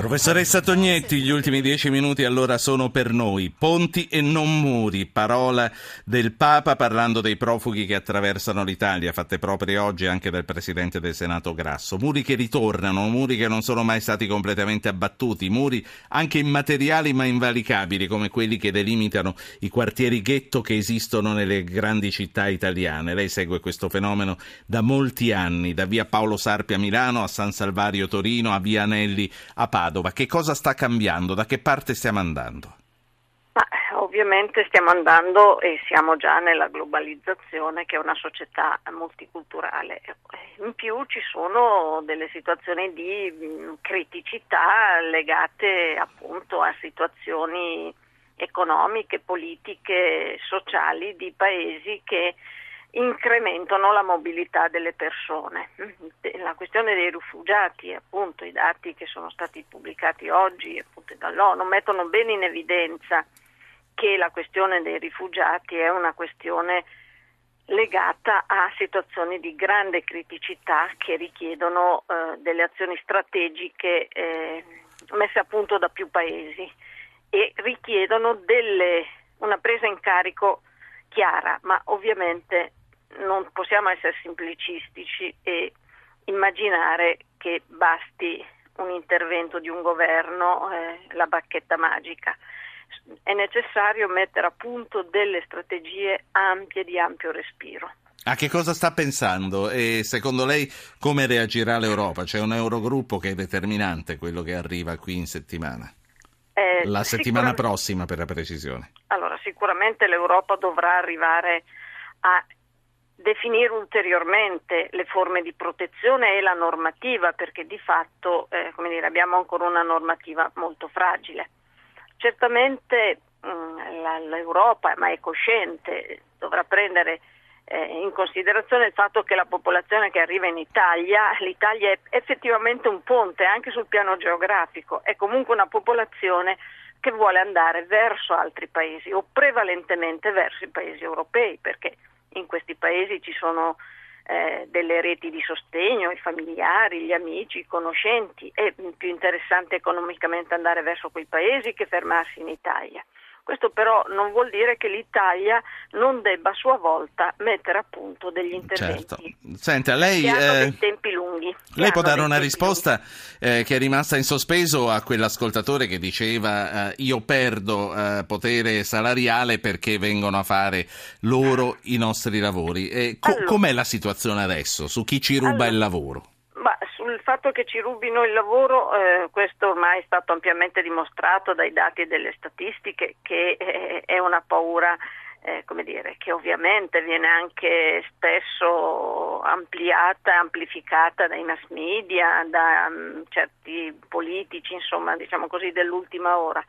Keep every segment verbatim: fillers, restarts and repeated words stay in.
Professoressa Tognetti, gli ultimi dieci minuti allora sono per noi. Ponti e non muri, parola del Papa parlando dei profughi che attraversano l'Italia, fatte proprie oggi anche dal Presidente del Senato Grasso. Muri che ritornano, muri che non sono mai stati completamente abbattuti, muri anche immateriali ma invalicabili, come quelli che delimitano i quartieri ghetto che esistono nelle grandi città italiane. Lei segue questo fenomeno da molti anni, da via Paolo Sarpi a Milano, a San Salvario Torino, a via Anelli a Padova. Che cosa sta cambiando? Da che parte stiamo andando? Ma, ovviamente stiamo andando e siamo già nella globalizzazione, che è una società multiculturale. In più ci sono delle situazioni di criticità legate appunto a situazioni economiche, politiche, sociali di paesi che incrementano la mobilità delle persone. La questione dei rifugiati, appunto, i dati che sono stati pubblicati oggi appunto dall'ONU mettono bene in evidenza che la questione dei rifugiati è una questione legata a situazioni di grande criticità che richiedono eh, delle azioni strategiche eh, messe a punto da più paesi e richiedono delle, una presa in carico chiara, ma ovviamente non possiamo essere semplicistici e immaginare che basti un intervento di un governo, eh, la bacchetta magica. È necessario mettere a punto delle strategie ampie, di ampio respiro. A che cosa sta pensando e secondo lei come reagirà l'Europa? C'è un Eurogruppo che è determinante, quello che arriva qui in settimana. Eh, la settimana prossima, per la precisione. Allora, sicuramente l'Europa dovrà arrivare a definire ulteriormente le forme di protezione e la normativa, perché di fatto eh, come dire, abbiamo ancora una normativa molto fragile. Certamente mh, la, l'Europa, ma è cosciente, dovrà prendere eh, in considerazione il fatto che la popolazione che arriva in Italia, l'Italia è effettivamente un ponte anche sul piano geografico, è comunque una popolazione che vuole andare verso altri paesi o prevalentemente verso i paesi europei, perché in questi paesi ci sono eh, delle reti di sostegno, i familiari, gli amici, i conoscenti. È più interessante economicamente andare verso quei paesi che fermarsi in Italia. Questo però non vuol dire che l'Italia non debba a sua volta mettere a punto degli interventi. Certo. Senta, lei, che hanno eh, dei tempi lunghi. Lei può dare una risposta eh, che è rimasta in sospeso a quell'ascoltatore che diceva eh, io perdo eh, potere salariale perché vengono a fare loro i nostri lavori. Eh, co- allora, com'è la situazione adesso? Su chi ci ruba allora, il lavoro? Ma sul fatto che ci rubino il lavoro, eh, questo ormai è stato ampiamente dimostrato dai dati e delle statistiche, che eh, è una paura, eh, come dire, che ovviamente viene anche spesso ampliata, amplificata dai mass media, da um, certi politici, insomma, diciamo così, dell'ultima ora.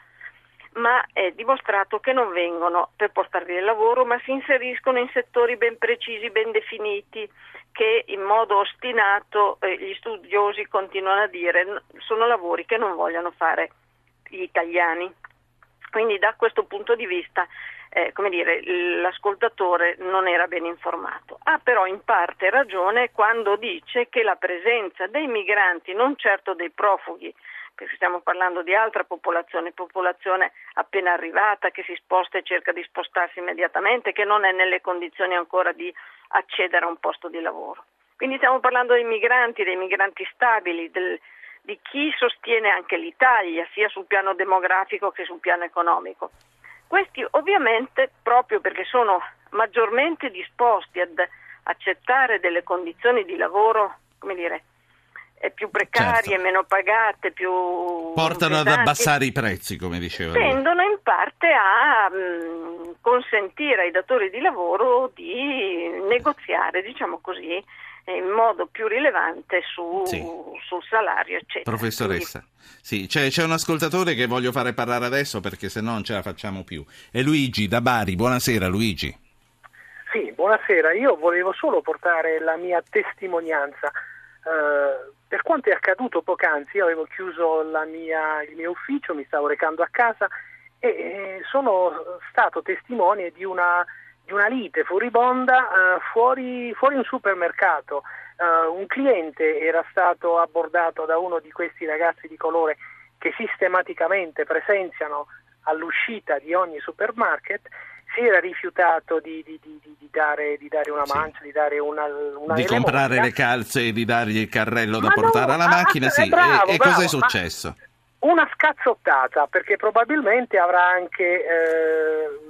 Ma è dimostrato che non vengono per portare via il lavoro, ma si inseriscono in settori ben precisi, ben definiti, che in modo ostinato eh, gli studiosi continuano a dire sono lavori che non vogliono fare gli italiani. Quindi da questo punto di vista, eh, come dire, l'ascoltatore non era ben informato. Ha però in parte ragione quando dice che la presenza dei migranti, non certo dei profughi, perché stiamo parlando di altra popolazione, popolazione appena arrivata che si sposta e cerca di spostarsi immediatamente, che non è nelle condizioni ancora di accedere a un posto di lavoro. Quindi stiamo parlando dei migranti, dei migranti stabili, del, di chi sostiene anche l'Italia, sia sul piano demografico che sul piano economico. Questi ovviamente, proprio perché sono maggiormente disposti ad accettare delle condizioni di lavoro, come dire, più precarie, certo, meno pagate, più portano pesanti, ad abbassare i prezzi, come diceva lui. Tendono in parte a mh, consentire ai datori di lavoro di negoziare, diciamo così, in modo più rilevante su, sì, sul salario, eccetera. Professoressa, quindi, sì, c'è, c'è un ascoltatore che voglio fare parlare adesso perché se no non ce la facciamo più. È Luigi da Bari. Buonasera Luigi. Sì, buonasera. Io volevo solo portare la mia testimonianza. Uh, per quanto è accaduto poc'anzi, io avevo chiuso la mia, il mio ufficio, mi stavo recando a casa e, e sono stato testimone di una, di una lite furibonda uh, fuori, fuori un supermercato. Uh, un cliente era stato abbordato da uno di questi ragazzi di colore che sistematicamente presenziano all'uscita di ogni supermarket, si era rifiutato di, di, di, di, dare, di dare una mancia, sì. di dare una, una di comprare le calze e di dargli il carrello da ma portare no, alla macchina, ah, sì. Bravo, e, e bravo, cosa è successo? Una scazzottata, perché probabilmente avrà anche eh,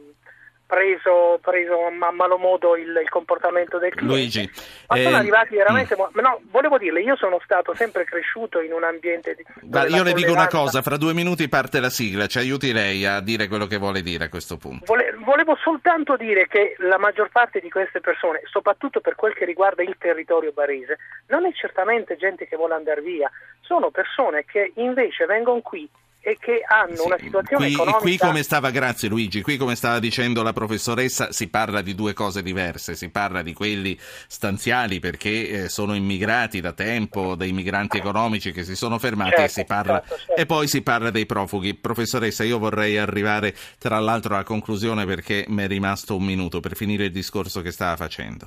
preso, preso a malo modo il, il comportamento del cliente. Luigi, ma sono eh, arrivati veramente... mm. No, volevo dirle, io sono stato sempre cresciuto in un ambiente... Di, Guarda, io le dico una cosa, fra due minuti parte la sigla, ci aiuti lei a dire quello che vuole dire a questo punto. Vole, volevo soltanto dire che la maggior parte di queste persone, soprattutto per quel che riguarda il territorio barese, non è certamente gente che vuole andare via, sono persone che invece vengono qui e che hanno sì, una situazione qui, economica... Qui come stava, grazie Luigi, qui come stava dicendo la professoressa si parla di due cose diverse, si parla di quelli stanziali perché eh, sono immigrati da tempo, dei migranti economici che si sono fermati certo, e si parla certo, certo. e poi si parla dei profughi. Professoressa, io vorrei arrivare tra l'altro alla conclusione perché mi è rimasto un minuto per finire il discorso che stava facendo.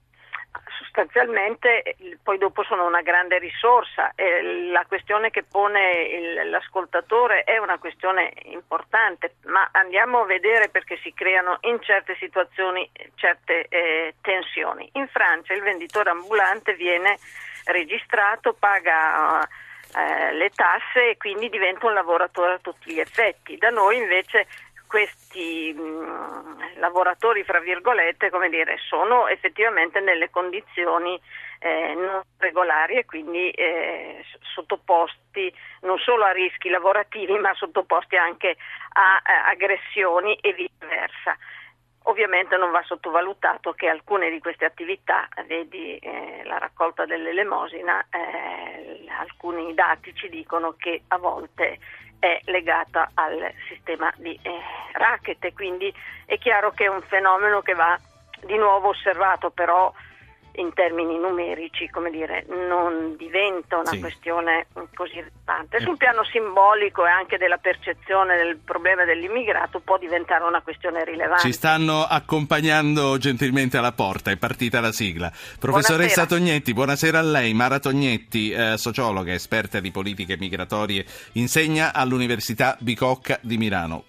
Sostanzialmente poi dopo sono una grande risorsa e la questione che pone il, l'ascoltatore è una questione importante, ma andiamo a vedere perché si creano in certe situazioni certe eh, tensioni. In Francia il venditore ambulante viene registrato, paga eh, le tasse e quindi diventa un lavoratore a tutti gli effetti. Da noi invece questi mh, lavoratori, fra virgolette, come dire, sono effettivamente nelle condizioni eh, non regolari e quindi eh, sottoposti non solo a rischi lavorativi ma sottoposti anche a, a aggressioni e viceversa. Ovviamente non va sottovalutato che alcune di queste attività, vedi eh, la raccolta dell'elemosina, eh, alcuni dati ci dicono che a volte è legata al sistema di eh, racket e quindi è chiaro che è un fenomeno che va di nuovo osservato, però in termini numerici, come dire, non diventa una sì. questione così rilevante. Sul piano simbolico e anche della percezione del problema dell'immigrato può diventare una questione rilevante. Ci stanno accompagnando gentilmente alla porta, è partita la sigla. Professoressa buonasera. Tognetti, buonasera a lei. Mara Tognetti, eh, sociologa, esperta di politiche migratorie, insegna all'Università Bicocca di Milano.